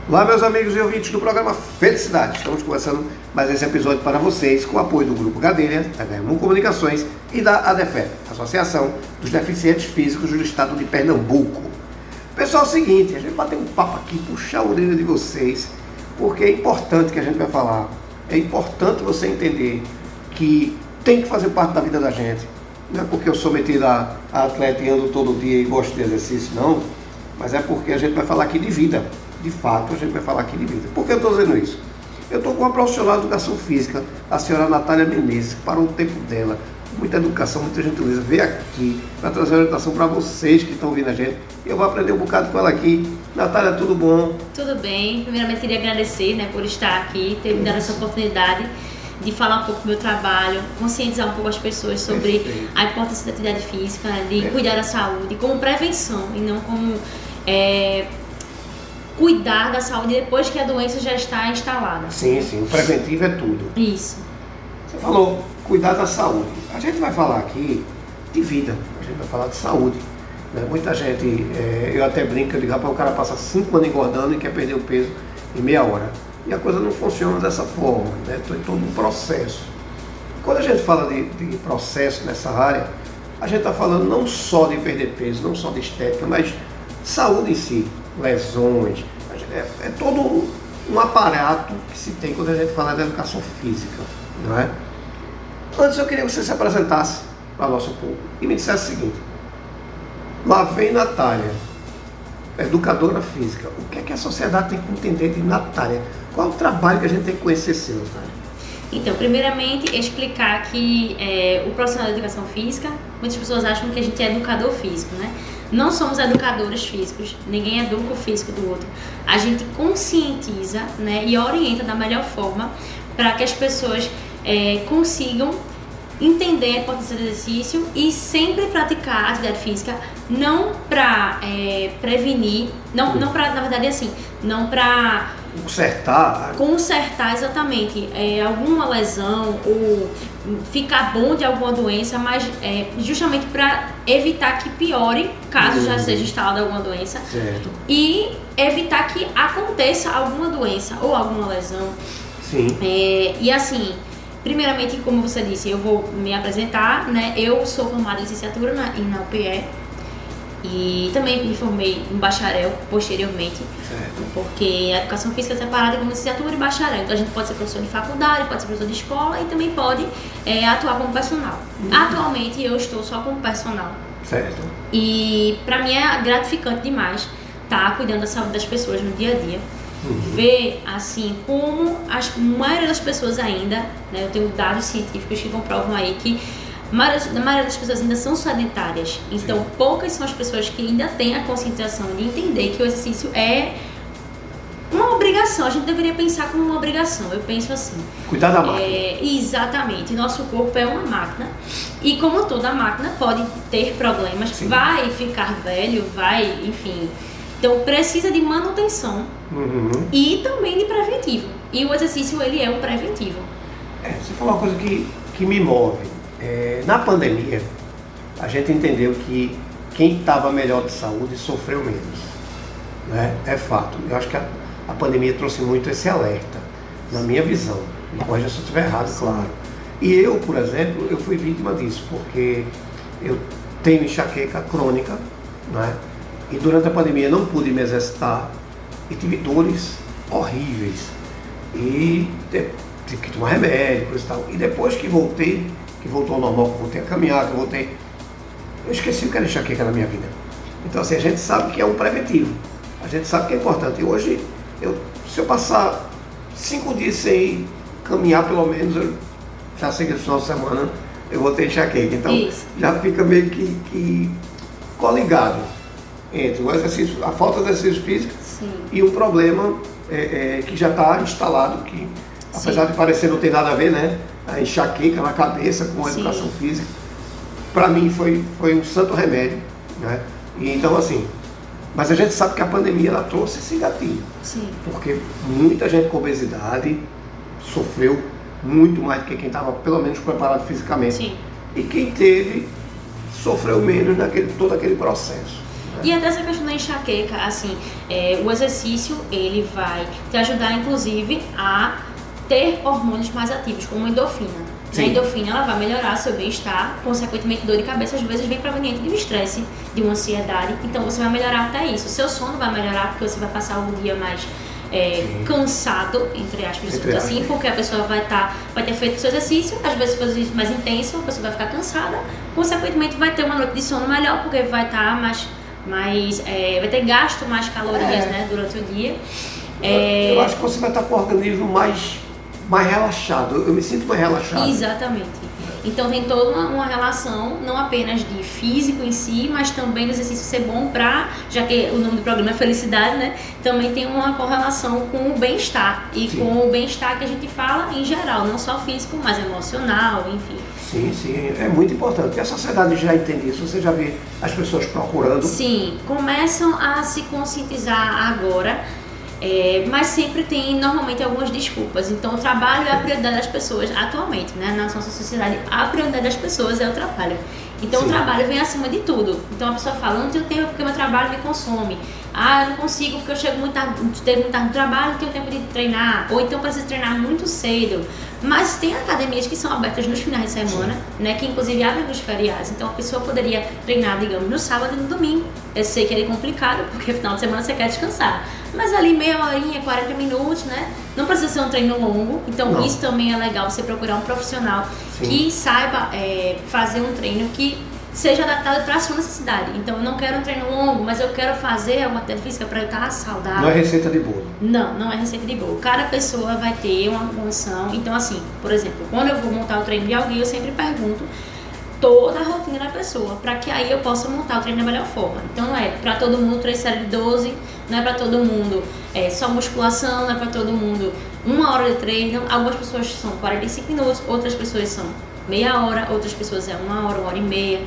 Olá, meus amigos e ouvintes do programa Felicidade. Estamos começando mais esse episódio para vocês com o apoio do Grupo Gadelha, da HM1 Comunicações e da ADEFE, Associação dos Deficientes Físicos do Estado de Pernambuco. Pessoal, é o seguinte, a gente vai bater um papo aqui, puxar a orelha de vocês, porque é importante que a gente vai falar. É importante você entender que tem que fazer parte da vida da gente. Não é porque eu sou metido a atleta e ando todo dia e gosto de exercício, não. Mas é porque a gente vai falar aqui de vida. De fato, a gente vai falar aqui de vida. Por que eu estou dizendo isso? Eu estou com uma profissional de educação física, a senhora Natália Menezes, que parou o tempo dela, muita educação, muita gentileza, veio aqui para trazer uma orientação para vocês que estão ouvindo a gente. Eu vou aprender um bocado com ela aqui. Natália, tudo bom? Tudo bem. Primeiramente, queria agradecer, por estar aqui, ter me dado essa oportunidade de falar um pouco do meu trabalho, conscientizar um pouco as pessoas sobre a importância da atividade física, de cuidar da saúde como prevenção e não como cuidar da saúde depois que a doença já está instalada. Sim, sim, o preventivo é tudo. Isso. Você falou cuidar da saúde. A gente vai falar aqui de vida, a gente vai falar de saúde. Né? Muita gente, eu até brinco, eu digo, rapaz, o cara passa 5 anos engordando e quer perder o peso em meia hora. E a coisa não funciona dessa forma, né? Tem todo um processo. Quando a gente fala de processo nessa área, a gente está falando não só de perder peso, não só de estética, mas saúde em si, lesões. É todo um aparato que se tem quando a gente fala de educação física, não é? Antes eu queria que você se apresentasse para o nosso público e me dissesse o seguinte: lá vem Natália, educadora física. O que é que a sociedade tem que entender de Natália? Qual é o trabalho que a gente tem que conhecer seu, Natália? Então, primeiramente, explicar que o profissional de educação física, muitas pessoas acham que a gente é educador físico, né? Não somos educadores físicos, ninguém educa o físico do outro. A gente conscientiza, e orienta da melhor forma para que as pessoas consigam entender a importância do exercício e sempre praticar a atividade física, não para prevenir, não para, na verdade, assim, não para consertar exatamente alguma lesão ou ficar bom de alguma doença, mas justamente para evitar que piore caso já seja instalada alguma doença. Certo. E evitar que aconteça alguma doença ou alguma lesão. Sim. E assim, primeiramente, como você disse, eu vou me apresentar, Eu sou formada em licenciatura na UPE e também me formei em bacharel posteriormente, certo. Porque a educação física é separada como licenciatura e bacharel. Então a gente pode ser professor de faculdade, pode ser professor de escola e também pode atuar como personal. Atualmente eu estou só como personal. Certo. E para mim é gratificante demais estar cuidando da saúde das pessoas no dia a dia. Ver assim como a maioria das pessoas ainda, eu tenho dados científicos que comprovam aí que a maioria das pessoas ainda são sedentárias. Então poucas são as pessoas que ainda têm a conscientização de entender que o exercício é uma obrigação. A gente deveria pensar como uma obrigação. Eu penso assim, cuidar da máquina. Exatamente. Nosso corpo é uma máquina e como toda máquina pode ter problemas. Sim. Vai ficar velho, enfim. Então precisa de manutenção e também de preventivo. E o exercício, ele é o preventivo. Você falou uma coisa que me move. Na pandemia, a gente entendeu que quem estava melhor de saúde sofreu menos. Né? É fato. Eu acho que a pandemia trouxe muito esse alerta, na minha visão. Me corrija se eu estiver errado, claro. E eu, por exemplo, eu fui vítima disso, porque eu tenho enxaqueca crônica, né? E durante a pandemia não pude me exercitar e tive dores horríveis. E tive que tomar remédio, coisa e tal. E depois que voltou ao normal, que voltei a caminhar, eu esqueci o que era enxaqueca na minha vida. Então assim, a gente sabe que é um preventivo. A gente sabe que é importante. E hoje, se eu passar 5 dias sem caminhar, pelo menos, eu já sei que no final de semana eu vou ter enxaqueca. Então já fica meio que coligado entre o exercício, a falta de exercício físico. Sim. E um problema que já está instalado, que apesar de parecer não ter nada a ver, a enxaqueca na cabeça com a educação física, para mim foi um santo remédio, né? E então assim, mas a gente sabe que a pandemia ela trouxe esse gatilho. Sim. Porque muita gente com obesidade sofreu muito mais do que quem estava pelo menos preparado fisicamente. Sim. E quem teve sofreu menos todo aquele processo. E até essa questão da enxaqueca, assim, o exercício, ele vai te ajudar, inclusive, a ter hormônios mais ativos, como a endorfina. A endorfina, ela vai melhorar seu bem-estar, consequentemente dor de cabeça às vezes vem proveniente de um estresse, de uma ansiedade, então você vai melhorar até isso. O seu sono vai melhorar porque você vai passar o dia mais cansado, entre aspas, assim, porque a pessoa vai ter feito o seu exercício, às vezes fazer isso mais intenso, a pessoa vai ficar cansada, consequentemente vai ter uma noite de sono melhor, porque vai estar vai ter gasto mais calorias, né, durante o dia. Eu acho que você vai estar com o organismo mais relaxado, eu me sinto mais relaxado. Exatamente. Então tem toda uma relação, não apenas de físico em si, mas também do exercício ser bom já que o nome do programa é felicidade, né? Também tem uma correlação com o bem-estar e com o bem-estar que a gente fala em geral, não só físico, mas emocional, enfim. Sim, é muito importante. E a sociedade já entende isso, você já vê as pessoas procurando? Sim, começam a se conscientizar agora. Mas sempre tem normalmente algumas desculpas. Então o trabalho é a prioridade das pessoas atualmente, né? Na nossa sociedade a prioridade das pessoas é o trabalho. Então o trabalho vem acima de tudo. Então a pessoa fala, não tenho tempo porque meu trabalho me consome. Eu não consigo porque eu chego muito tarde no trabalho, não tenho tempo de treinar. Ou então preciso treinar muito cedo. Mas tem academias que são abertas nos finais de semana, né? Que inclusive abrem nos feriados. Então a pessoa poderia treinar, digamos, no sábado e no domingo. Eu sei que é complicado porque final de semana você quer descansar. Mas ali meia horinha, 40 minutos, né? Não precisa ser um treino longo. Então isso também é legal, você procurar um profissional que saiba fazer um treino que seja adaptado para a sua necessidade. Então eu não quero um treino longo, mas eu quero fazer alguma atividade física para eu estar saudável. Não é receita de bolo. Não é receita de bolo. Cada pessoa vai ter uma condição. Então assim, por exemplo, quando eu vou montar o treino de alguém, eu sempre pergunto toda a rotina da pessoa, para que aí eu possa montar o treino da melhor forma. Então não é para todo mundo 3 séries de 12, não é para todo mundo só musculação, não é para todo mundo 1 hora de treino. Algumas pessoas são 45 minutos, outras pessoas são meia hora, outras pessoas 1 hora, 1 hora e meia.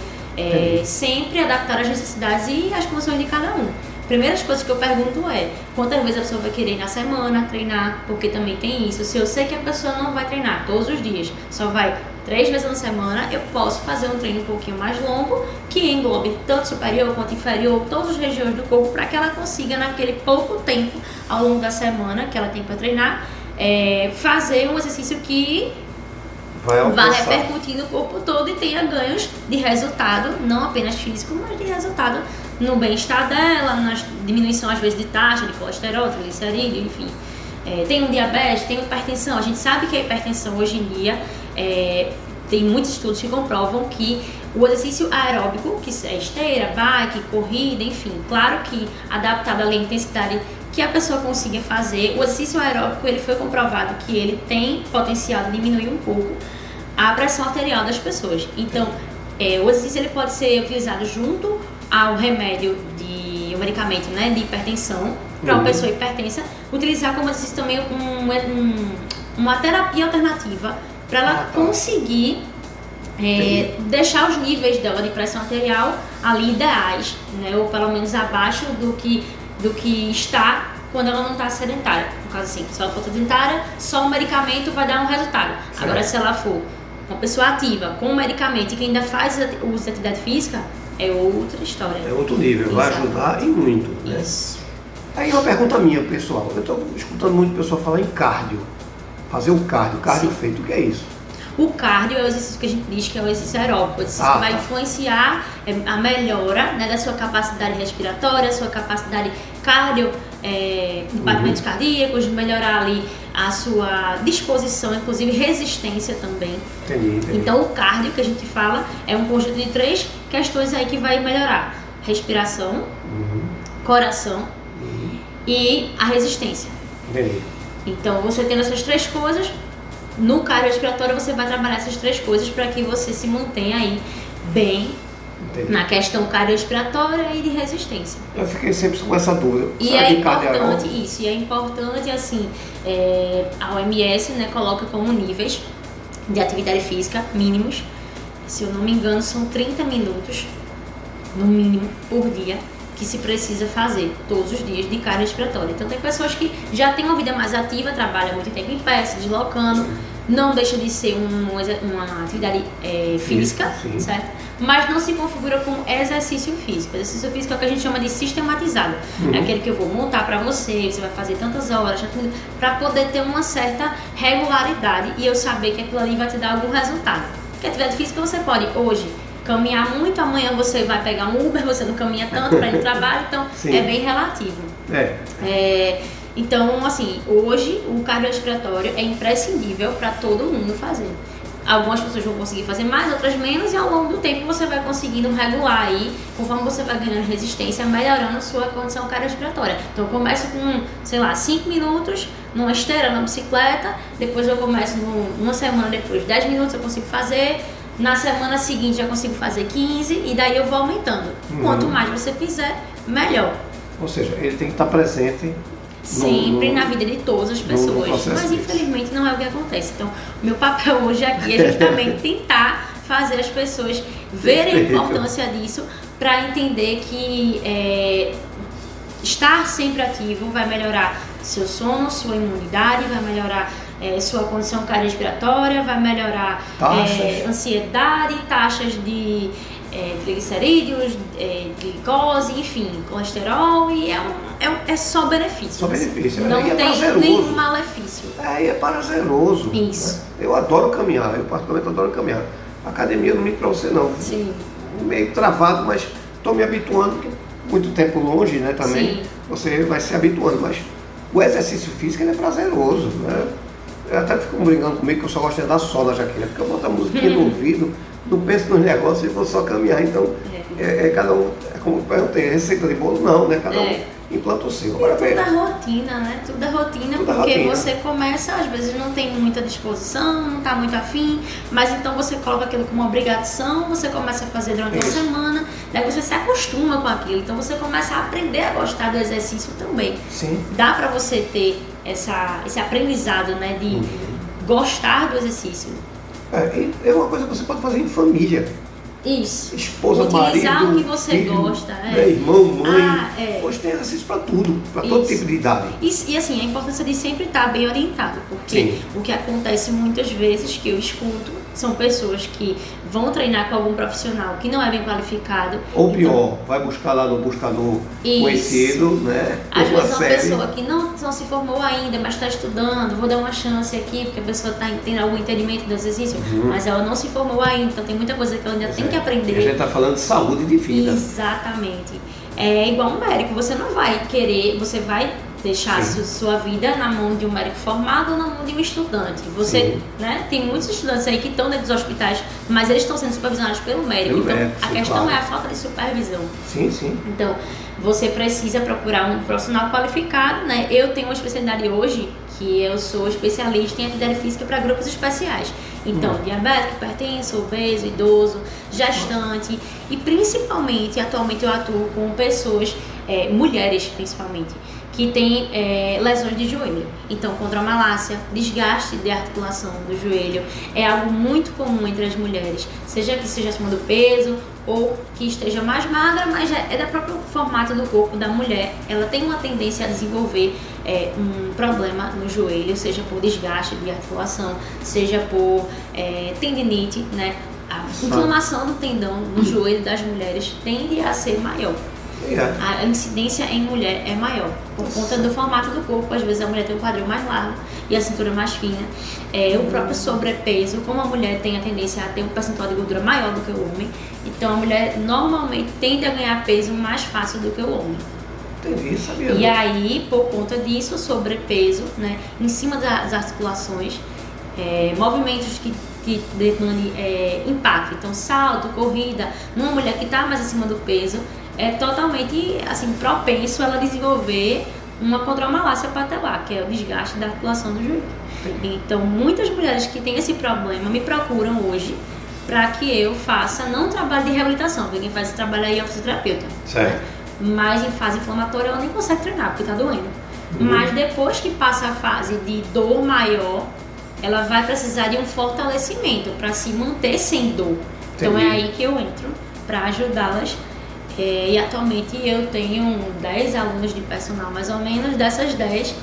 Sempre adaptar às necessidades e às condições de cada um. Primeiras coisas que eu pergunto quantas vezes a pessoa vai querer ir na semana treinar, porque também tem isso. Se eu sei que a pessoa não vai treinar todos os dias, só vai 3 vezes na semana, eu posso fazer um treino um pouquinho mais longo, que englobe tanto superior quanto inferior, todas as regiões do corpo, para que ela consiga, naquele pouco tempo, ao longo da semana que ela tem para treinar, fazer um exercício que vai repercutir no corpo todo e tenha ganhos de resultado, não apenas físico, mas de resultado no bem-estar dela, na diminuição às vezes de taxa de colesterol, triglicerídeo, enfim. Tem um diabetes, tem hipertensão. A gente sabe que a hipertensão hoje em dia tem muitos estudos que comprovam que o exercício aeróbico, que é esteira, bike, corrida, enfim, claro que adaptado à intensidade que a pessoa consiga fazer, o exercício aeróbico ele foi comprovado que ele tem potencial de diminuir um pouco a pressão arterial das pessoas. Então, o exercício ele pode ser utilizado junto ao remédio o medicamento, né, de hipertensão para uma pessoa hipertensa, utilizar como exercício também uma terapia alternativa para ela conseguir deixar os níveis dela de pressão arterial ali ideais, né, ou pelo menos abaixo do que está quando ela não está sedentária. No caso assim, se ela for sedentária, só o medicamento vai dar um resultado. Certo. Agora, se ela for uma pessoa ativa com o medicamento e que ainda faz uso de atividade física, é outra história. É outro nível, vai ajudar e muito, né? Isso. Aí uma pergunta minha, pessoal. Eu estou escutando muito pessoal falar em cardio. Fazer o cardio feito, o que é isso? O cardio é o exercício que a gente diz que é o exercício aeróbico, o exercício que vai influenciar a melhora, né, da sua capacidade respiratória, sua capacidade de batimentos cardíacos, melhorar ali a sua disposição, inclusive resistência também. Entendi. Então o cardio que a gente fala é um conjunto de 3 questões aí que vai melhorar: respiração, coração e a resistência. Entendi. Então você tendo essas 3 coisas, no cardiorrespiratório você vai trabalhar essas 3 coisas para que você se mantenha aí bem. Entendi. Na questão cardiorrespiratória e de resistência. Eu fiquei sempre com essa dúvida. E é importante isso, e é importante assim, a OMS, né, coloca como níveis de atividade física mínimos, se eu não me engano são 30 minutos no mínimo por dia que se precisa fazer todos os dias de cardiorrespiratória. Então tem pessoas que já têm uma vida mais ativa, trabalham muito tempo em pé, se deslocando, não deixa de ser uma atividade física, certo? mas não se configura como exercício físico. Exercício físico é o que a gente chama de sistematizado. É aquele que eu vou montar para você vai fazer tantas horas, para poder ter uma certa regularidade e eu saber que aquilo ali vai te dar algum resultado. Porque atividade física você pode hoje caminhar muito, amanhã você vai pegar um Uber, você não caminha tanto para ir no trabalho, então Sim. é bem relativo. Então, assim, hoje o cardiorrespiratório é imprescindível para todo mundo fazer. Algumas pessoas vão conseguir fazer mais, outras menos, e ao longo do tempo você vai conseguindo regular aí, conforme você vai ganhando resistência, melhorando a sua condição cardiorrespiratória. Então eu começo com, sei lá, 5 minutos numa esteira, na bicicleta, depois eu começo uma semana depois, 10 minutos eu consigo fazer, na semana seguinte eu consigo fazer 15, e daí eu vou aumentando. Quanto mais você fizer, melhor. Ou seja, ele tem que estar presente sempre na vida de todas as pessoas, mas infelizmente não é o que acontece. Então, meu papel hoje aqui é justamente tentar fazer as pessoas verem a importância disso para entender que estar sempre ativo vai melhorar seu sono, sua imunidade, vai melhorar sua condição cardiorrespiratória, vai melhorar ansiedade, taxas de triglicerídeos, glicose, enfim, colesterol, e é só benefício. Só benefício. Não tem nenhum malefício. É prazeroso. Isso. Né? Eu adoro caminhar, eu particularmente adoro caminhar. Academia não me pra você não. Sim. Meio travado, mas estou me habituando, porque muito tempo longe, né, também. Sim. Você vai se habituando, mas o exercício físico ele é prazeroso, né? Eu até fico brincando comigo que eu só gosto de dar sol na jaqueira, porque eu boto a musiquinha no ouvido, não penso nos negócios e vou só caminhar. Então, cada um, como eu perguntei, receita de bolo não, né? Cada um implanta o seu. Agora, tudo é rotina, né? Tudo é rotina, porque você começa, às vezes não tem muita disposição, não está muito afim, mas então você coloca aquilo como uma obrigação, você começa a fazer durante a semana, daí você se acostuma com aquilo, então você começa a aprender a gostar do exercício também. Sim. Dá para você ter esse aprendizado, né, de gostar do exercício. É uma coisa que você pode fazer em família. Isso. Esposa, utilizar marido, o que você filho, gosta. irmão, mãe. Hoje tem exercício para tudo, para todo tipo de idade. E assim, a importância de sempre estar bem orientado, porque o que acontece muitas vezes que eu escuto são pessoas que vão treinar com algum profissional que não é bem qualificado. Ou pior, vai buscar lá no buscador conhecido, né? Às vezes uma pessoa que não se formou ainda, mas está estudando, vou dar uma chance aqui, porque a pessoa tem algum entendimento do exercício, mas ela não se formou ainda, então tem muita coisa que ela ainda tem que aprender. E a gente está falando de saúde e de vida. Exatamente. É igual um médico, você não vai querer, você vai deixar sua vida na mão de um médico formado ou na mão de um estudante. Você, né, tem muitos estudantes aí que estão dentro dos hospitais, mas eles estão sendo supervisionados pelo médico. A questão é a falta de supervisão. Sim. Então, você precisa procurar um profissional qualificado, né? Eu tenho uma especialidade hoje, que eu sou especialista em atividade física para grupos especiais. Então, diabético, hipertenso, obeso, idoso, gestante e principalmente, atualmente eu atuo com pessoas, mulheres principalmente, que têm lesões de joelho. Então, condromalácia, desgaste de articulação do joelho é algo muito comum entre as mulheres, seja que seja acima do peso ou que esteja mais magra, mas é do próprio formato do corpo da mulher. Ela tem uma tendência a desenvolver um problema no joelho, seja por desgaste de articulação, seja por tendinite, né? A inflamação do tendão no joelho das mulheres tende a ser maior. A incidência em mulher é maior, por conta do formato do corpo. Às vezes a mulher tem o quadril mais largo e a cintura mais fina. O próprio sobrepeso, como a mulher tem a tendência a ter um percentual de gordura maior do que o homem, então a mulher normalmente tende a ganhar peso mais fácil do que o homem. Entendi, sabia. E aí, por conta disso, o sobrepeso, né, em cima das articulações, movimentos que demandem impacto, então salto, corrida, numa mulher que está mais acima do peso, é totalmente assim, propenso ela desenvolver uma condromalácia patelar, que é o desgaste da articulação do joelho. Então, muitas mulheres que têm esse problema me procuram hoje para que eu faça, não um trabalho de reabilitação, porque quem faz esse trabalho aí é o fisioterapeuta. Certo. Né? Mas em fase inflamatória ela nem consegue treinar, porque está doendo. Mas depois que passa a fase de dor maior, ela vai precisar de um fortalecimento para se manter sem dor. Então é aí que eu entro para ajudá-las. E atualmente eu tenho 10 alunos de personal, mais ou menos. Dessas 10,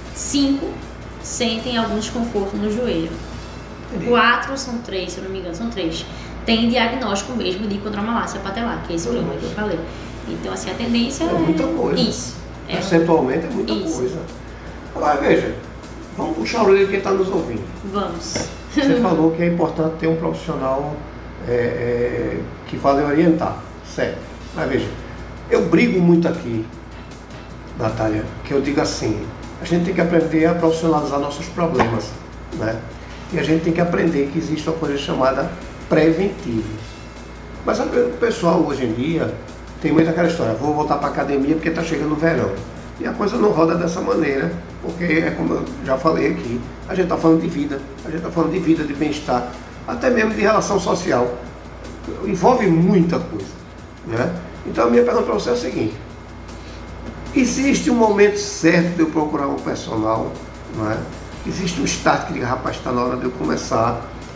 5 sentem algum desconforto no joelho. 4 são 3, se eu não me engano, são 3 tem diagnóstico mesmo de condromalácia patelar, que é esse problema que eu falei. Então, assim, a tendência é muita coisa. Isso. Percentualmente é muita coisa. Agora, veja, vamos puxar a orelha de quem está nos ouvindo. Vamos. Você falou que é importante ter um profissional que vale orientar, certo? Mas veja, eu brigo muito aqui, Natália, que eu digo assim, a gente tem que aprender a profissionalizar nossos problemas, né? E a gente tem que aprender que existe uma coisa chamada preventivo. Mas o pessoal hoje em dia tem muita aquela história, vou voltar para a academia porque está chegando o verão. E a coisa não roda dessa maneira, porque é como eu já falei aqui, a gente está falando de vida, de bem-estar, até mesmo de relação social. Envolve muita coisa, né? Então a minha pergunta para você é a seguinte: existe um momento certo de eu procurar um personal, não é? Existe um start que diga, rapaz, está na hora de eu começar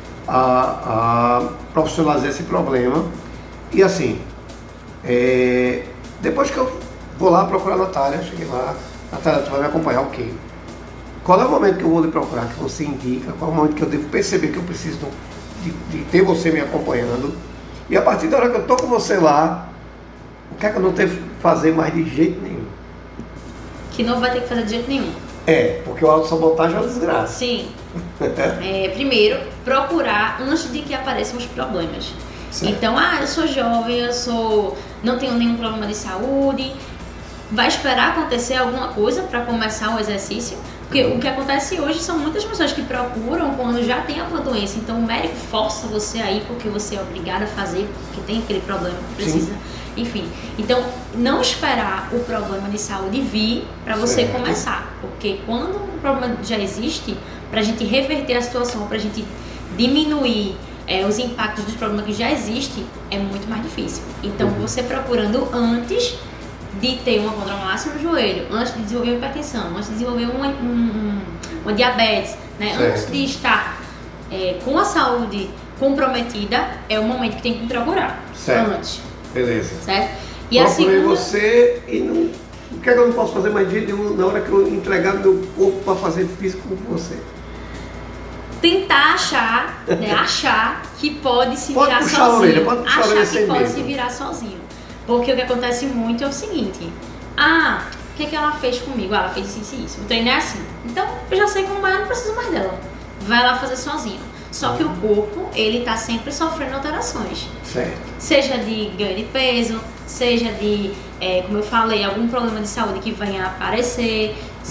a profissionalizar esse problema. E assim, depois que eu vou lá procurar a Natália, cheguei lá, Natália, tu vai me acompanhar, ok. Qual é o momento que eu vou lhe procurar, que você indica? Qual é o momento que eu devo perceber que eu preciso de ter você me acompanhando? E a partir da hora que eu estou com você lá, o que é que eu não tenho que fazer mais de jeito nenhum? Que não vai ter que fazer de jeito nenhum. Porque o autossabotagem é uma desgraça. Sim. Primeiro, procurar antes de que apareçam os problemas. Certo. Então, eu sou jovem, não tenho nenhum problema de saúde. Vai esperar acontecer alguma coisa para começar o exercício? Porque o que acontece hoje são muitas pessoas que procuram quando já tem alguma doença. Então, o médico força você a ir porque você é obrigado a fazer, porque tem aquele problema que precisa. Sim. Enfim, então não esperar o problema de saúde vir para você começar, porque quando o problema já existe, para a gente reverter a situação, para a gente diminuir os impactos dos problemas que já existem, é muito mais difícil. Então você procurando antes de ter uma condromalácia no joelho, antes de desenvolver uma hipertensão, antes de desenvolver uma diabetes, né? Antes de estar com a saúde comprometida, é o momento que tem que procurar. Certo. Antes. Beleza. Certo? E procurei você e não. O que é que eu não posso fazer mais de jeito nenhum na hora que eu entregar meu corpo para fazer físico com você? Tentar achar, né? Achar que pode se virar sozinho. Pode puxar a orelha achar que pode se virar sozinho. Porque o que acontece muito é o seguinte: o que ela fez comigo? Ela fez isso e isso. O treino é assim. Então eu já sei como é, eu não preciso mais dela. Vai lá fazer sozinho. Só que o corpo, ele tá sempre sofrendo alterações. Certo. Seja de ganho de peso, seja de, como eu falei, algum problema de saúde que venha a aparecer.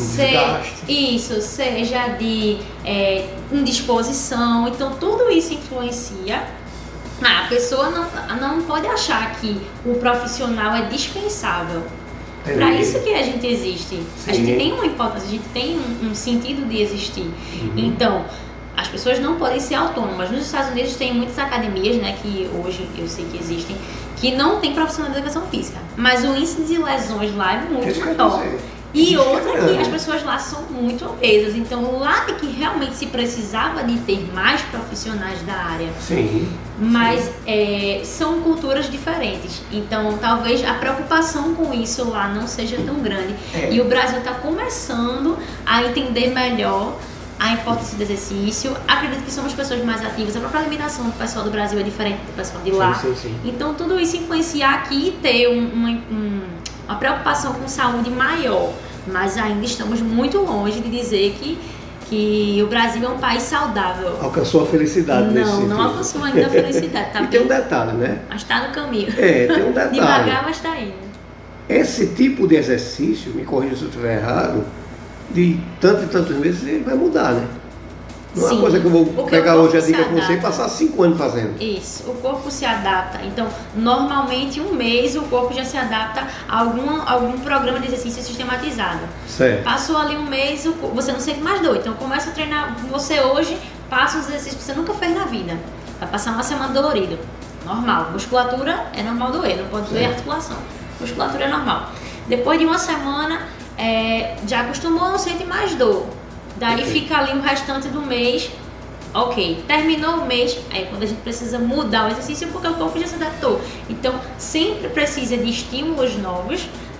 Seja de indisposição. Então, tudo isso influencia. A pessoa não pode achar que o profissional é dispensável. Para isso que a gente existe. Sim. A gente tem uma importância, a gente tem um sentido de existir. Então, as pessoas não podem ser autônomas. Nos Estados Unidos tem muitas academias, né, que hoje eu sei que existem, que não tem profissional de educação física. Mas o índice de lesões lá é muito maior. E outra que as pessoas lá são muito obesas. Então lá é que realmente se precisava de ter mais profissionais da área. Sim. Mas são culturas diferentes. Então talvez a preocupação com isso lá não seja tão grande. E o Brasil está começando a entender melhor a importância do exercício. Acredito que somos pessoas mais ativas. A própria alimentação do pessoal do Brasil é diferente do pessoal de lá. Sim. Então tudo isso influencia aqui e ter uma preocupação com saúde maior. Mas ainda estamos muito longe de dizer que o Brasil é um país saudável. Alcançou a felicidade nesse sentido. Não alcançou ainda a felicidade. Tá e tem um detalhe, né? Mas está no caminho. Tem um detalhe. Devagar, mas está indo. Esse tipo de exercício, me corrija se eu estiver errado, de tantos e tantos meses, ele vai mudar, né? Não é uma coisa que eu vou pegar hoje a dica com você e passar 5 anos fazendo. Isso, o corpo se adapta. Então, normalmente, 1 mês o corpo já se adapta a algum programa de exercício sistematizado. Certo. Passou ali 1 mês, você não sente mais dor. Então, começa a treinar você hoje, passa os exercícios que você nunca fez na vida. Vai passar uma semana dolorido. Normal. Musculatura é normal doer, não pode doer articulação. Musculatura é normal. Depois de uma semana, já acostumou, não sente mais dor. Daí fica ali o restante do mês, ok. Terminou o mês, aí quando a gente precisa mudar o exercício porque o corpo já se adaptou. Então, sempre precisa de estímulos novos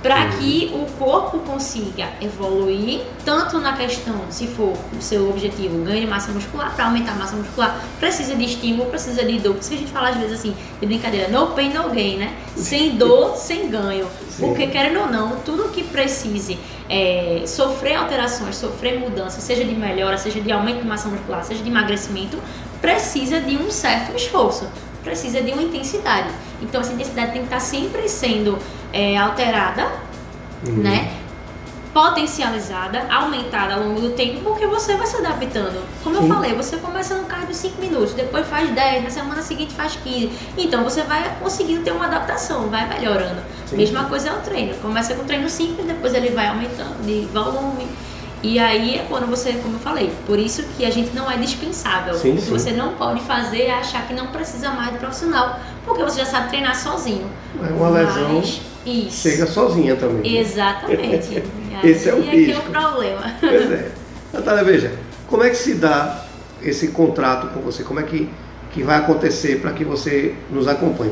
para que o corpo consiga evoluir, tanto na questão, se for o seu objetivo, ganho de massa muscular, para aumentar a massa muscular, precisa de estímulo, precisa de dor. Por isso que a gente fala às vezes assim, de brincadeira, no pain, no gain, né? Sem dor, sem ganho. Sim. Porque, querendo ou não, tudo que precise sofrer alterações, sofrer mudanças, seja de melhora, seja de aumento de massa muscular, seja de emagrecimento, precisa de um certo esforço, precisa de uma intensidade. Então essa intensidade tem que estar sempre sendo alterada, né? Potencializada, aumentada ao longo do tempo, porque você vai se adaptando. Como eu falei, você começa no cardio 5 minutos, depois faz 10, na semana seguinte faz 15. Então você vai conseguindo ter uma adaptação, vai melhorando. Sim. Mesma coisa é o treino. Começa com treino simples, depois ele vai aumentando de volume. E aí é quando você, como eu falei, por isso que a gente não é dispensável. Sim, o que sim. você não pode fazer é achar que não precisa mais de profissional, porque você já sabe treinar sozinho. É uma lesão, isso. chega sozinha também. Né? Exatamente. Esse é o risco. risco. É o problema. Pois é. Natália, veja, como é que se dá esse contrato com você? Como é que vai acontecer para que você nos acompanhe?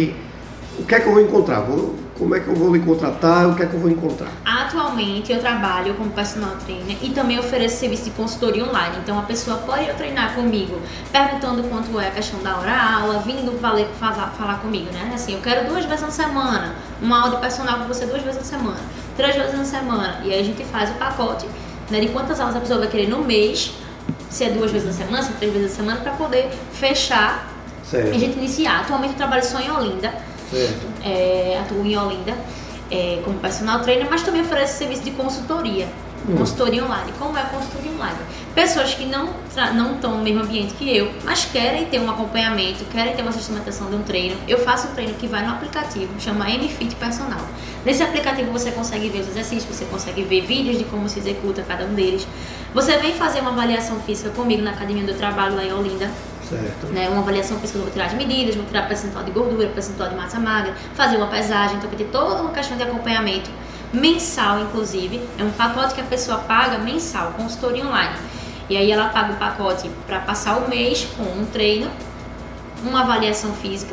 O que é que eu vou encontrar? Como é que eu vou lhe contratar? O que é que eu vou encontrar? Atualmente eu trabalho como personal trainer e também ofereço serviço de consultoria online. Então a pessoa pode treinar comigo perguntando quanto é a questão da hora-aula, vindo falar comigo, né? Assim, eu quero 2 vezes na semana, uma aula de personal com você 2 vezes na semana, 3 vezes na semana. E aí a gente faz o pacote, né, de quantas aulas a pessoa vai querer no mês, se é 2 vezes na semana, se é 3 vezes na semana, para poder fechar Certo. e a gente iniciar. Atualmente eu trabalho só em Olinda. Certo. Atuo em Olinda como personal trainer, mas também ofereço serviço de consultoria, consultoria online. Como é a consultoria online? Pessoas que não estão no mesmo ambiente que eu, mas querem ter um acompanhamento, querem ter uma sistematização de um treino. Eu faço um treino que vai no aplicativo, chama MFit Personal. Nesse aplicativo você consegue ver os exercícios, você consegue ver vídeos de como se executa cada um deles. Você vem fazer uma avaliação física comigo na academia onde eu trabalho lá em Olinda. Certo. Né, uma avaliação física, eu vou tirar as medidas, vou tirar percentual de gordura, percentual de massa magra, fazer uma pesagem, então vai ter toda uma questão de acompanhamento mensal, inclusive. É um pacote que a pessoa paga mensal, consultoria online. E aí ela paga o pacote para passar o mês com um treino, uma avaliação física.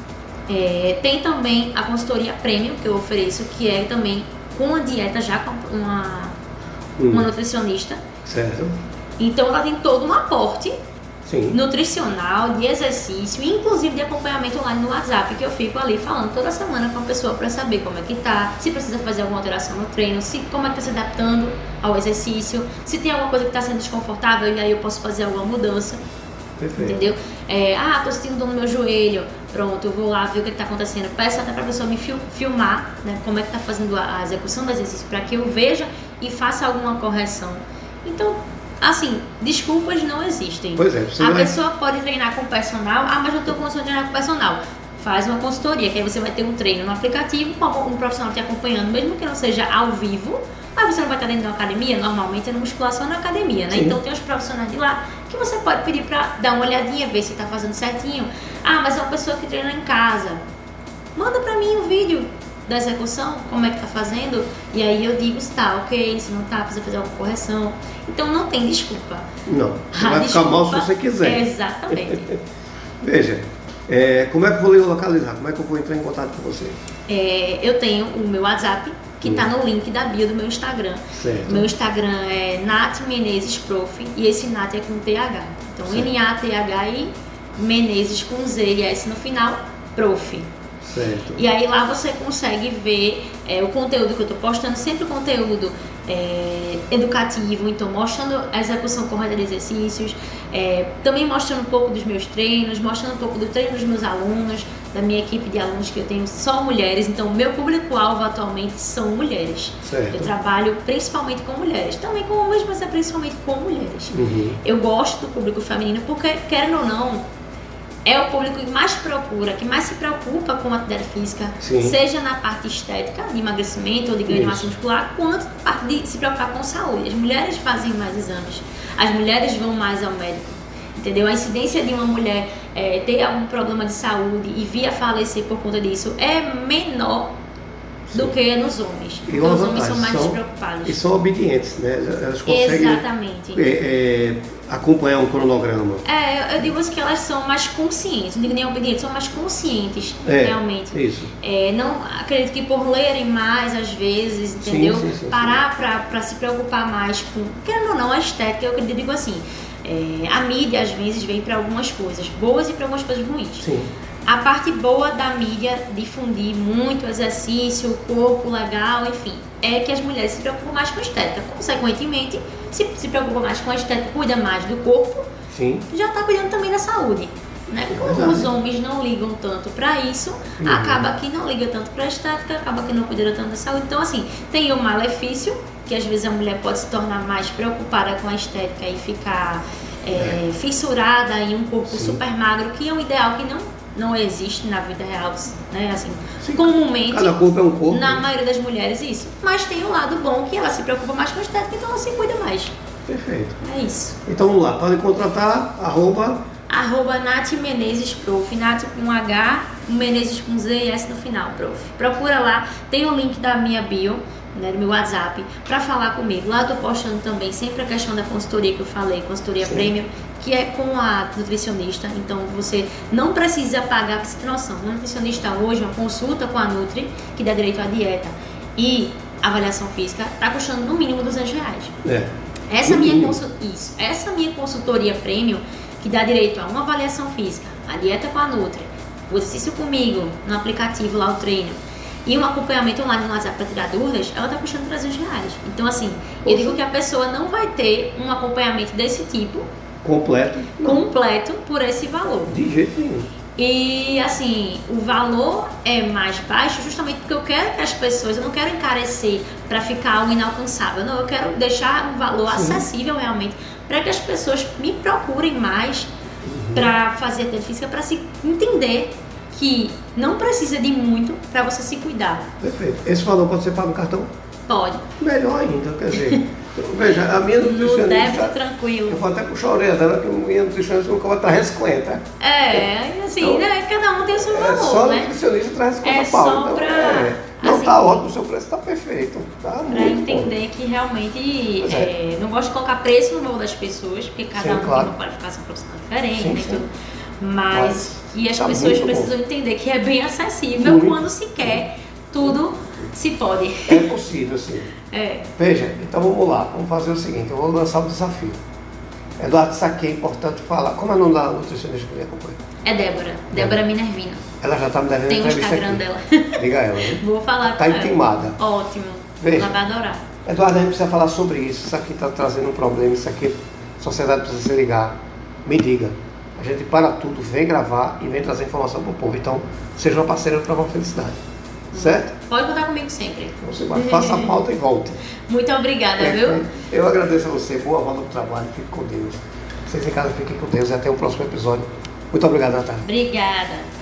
Tem também a consultoria premium que eu ofereço, que é também com a dieta já com uma nutricionista. Certo. Então ela tem todo um aporte. Sim. Nutricional, de exercício, inclusive de acompanhamento online no WhatsApp, que eu fico ali falando toda semana com a pessoa para saber como é que tá, se precisa fazer alguma alteração no treino, como é que tá se adaptando ao exercício, se tem alguma coisa que está sendo desconfortável e aí eu posso fazer alguma mudança. Perfeito. Entendeu? Tô sentindo dor no meu joelho, pronto, eu vou lá ver o que está acontecendo. Peço até para a pessoa me filmar, né, como é que está fazendo a execução do exercício, para que eu veja e faça alguma correção. Então, assim, desculpas não existem. Pois é, a pessoa pode treinar com personal, mas não estou com condição de treinar com personal. Faz uma consultoria, que aí você vai ter um treino no aplicativo, com um profissional te acompanhando, mesmo que não seja ao vivo, mas você não vai estar dentro de uma academia, normalmente é na musculação na academia, né? Sim. Então tem os profissionais de lá que você pode pedir para dar uma olhadinha, ver se está fazendo certinho. Mas é uma pessoa que treina em casa. Manda para mim um vídeo da execução, como é que tá fazendo, e aí eu digo se tá ok, se não tá, precisa fazer alguma correção. Então não tem desculpa. Não, vai ficar mal se você quiser. Exatamente. Veja, como é que eu vou lhe localizar? Como é que eu vou entrar em contato com você? Eu tenho o meu WhatsApp, que tá no link da bio do meu Instagram. Certo. Meu Instagram é Nath Menezes Prof, e esse Nath é com TH. Então N-A-T-H-I, Menezes com Z e S no final, Prof. Certo. E aí lá você consegue ver o conteúdo que eu estou postando, sempre conteúdo educativo, então mostrando a execução correta de exercícios, também mostrando um pouco dos meus treinos, mostrando um pouco do treino dos meus alunos, da minha equipe de alunos, que eu tenho só mulheres, então o meu público-alvo atualmente são mulheres. Certo. Eu trabalho principalmente com mulheres, também com homens, mas é principalmente com mulheres. Uhum. Eu gosto do público feminino porque, querendo ou não, é o público que mais procura, que mais se preocupa com a atividade física, Sim. seja na parte estética, de emagrecimento ou de ganho de massa muscular, quanto na parte de se preocupar com saúde. As mulheres fazem mais exames, as mulheres vão mais ao médico, entendeu? A incidência de uma mulher ter algum problema de saúde e vir a falecer por conta disso é menor do que nos homens. E Porque os homens são mais e despreocupados. são obedientes, né? Elas conseguem Exatamente. acompanhar um cronograma. Eu digo assim que elas são mais conscientes, não digo nem obedientes, são mais conscientes, realmente. Isso. Não acredito que por lerem mais, às vezes, entendeu? Sim. Parar pra se preocupar mais com, querendo ou não, a estética, eu digo assim, a mídia às vezes vem para algumas coisas boas e para algumas coisas ruins. Sim. A parte boa da mídia, difundir muito exercício, corpo legal, enfim, é que as mulheres se preocupam mais com a estética. Consequentemente, se preocupam mais com a estética, cuida mais do corpo, Sim. já está cuidando também da saúde. Né? Como os homens não ligam tanto para isso, acaba que não liga tanto para a estética, acaba que não cuida tanto da saúde. Então, assim, tem o malefício, que às vezes a mulher pode se tornar mais preocupada com a estética e ficar fissurada em um corpo super magro, que é um ideal que não existe na vida real, né? Assim, comumente, cada corpo é um corpo, na maioria das mulheres isso. Mas tem um lado bom que ela se preocupa mais com a estética, então ela se cuida mais. Perfeito. É isso. Então vamos lá, podem contratar @ Nath Menezes Prof. Nath com H, Menezes com Z e S no final, prof. Procura lá, tem o link da minha bio, né, do meu WhatsApp, para falar comigo. Lá eu tô postando também sempre a questão da consultoria que eu falei, consultoria premium, que é com a nutricionista. Então você não precisa pagar, para você ter noção. Uma nutricionista hoje, uma consulta com a Nutri, que dá direito à dieta e avaliação física, tá custando no mínimo R$200. Essa minha consultoria premium, que dá direito a uma avaliação física, a dieta com a Nutri, o exercício comigo no aplicativo lá, o treino, e um acompanhamento online no WhatsApp para tirar dúvidas, ela tá custando R$300. Então, assim, eu digo que a pessoa não vai ter um acompanhamento desse tipo completo por esse valor. De jeito nenhum. E assim, o valor é mais baixo justamente porque eu quero que as pessoas, eu não quero encarecer para ficar algo inalcançável, não, eu quero deixar um valor acessível realmente para que as pessoas me procurem mais para fazer atividade física, para se entender que não precisa de muito para você se cuidar. Perfeito. Esse valor pode ser pago no cartão? Pode. Melhor ainda, quer dizer, veja, a minha nutricionista... No débito tranquilo. Eu vou até puxar a orelha dela, que a minha nutricionista nunca vai estar resclenta. Assim, então, né, cada um tem o seu valor, só né? A nutricionista traz conta É pau. só Então, pra... não assim, tá ótimo, o seu preço tá perfeito. Tá pra muito entender bom. que realmente não gosto de colocar preço no valor das pessoas, porque cada um tem uma qualificação profissional diferente, né, tudo. Mas que as pessoas precisam entender que é bem acessível quando se quer, tudo se pode. É possível, sim. Veja, então vamos lá, vamos fazer o seguinte, eu vou lançar um desafio. Eduardo, isso aqui é importante falar. Como é o nome da nutricionista que me acompanha? É Débora Minervina. Ela já está me devendo tem entrevista Instagram aqui. dela. Liga ela, né? Vou falar com ela. Está intimada. Ótimo. Veja, ela vai adorar. Eduardo, a gente precisa falar sobre isso. Isso aqui está trazendo um problema, isso aqui a sociedade precisa se ligar. Me diga. A gente para tudo, vem gravar e vem trazer informação para o povo. Então, seja uma parceira para uma felicidade. Certo? Pode contar comigo sempre. Você vai, faça a pauta e volte. Muito obrigada, viu? Eu agradeço a você. Boa volta para o trabalho. Fique com Deus. Vocês em casa fiquem com Deus e até o próximo episódio. Muito obrigado, Natália. Obrigada.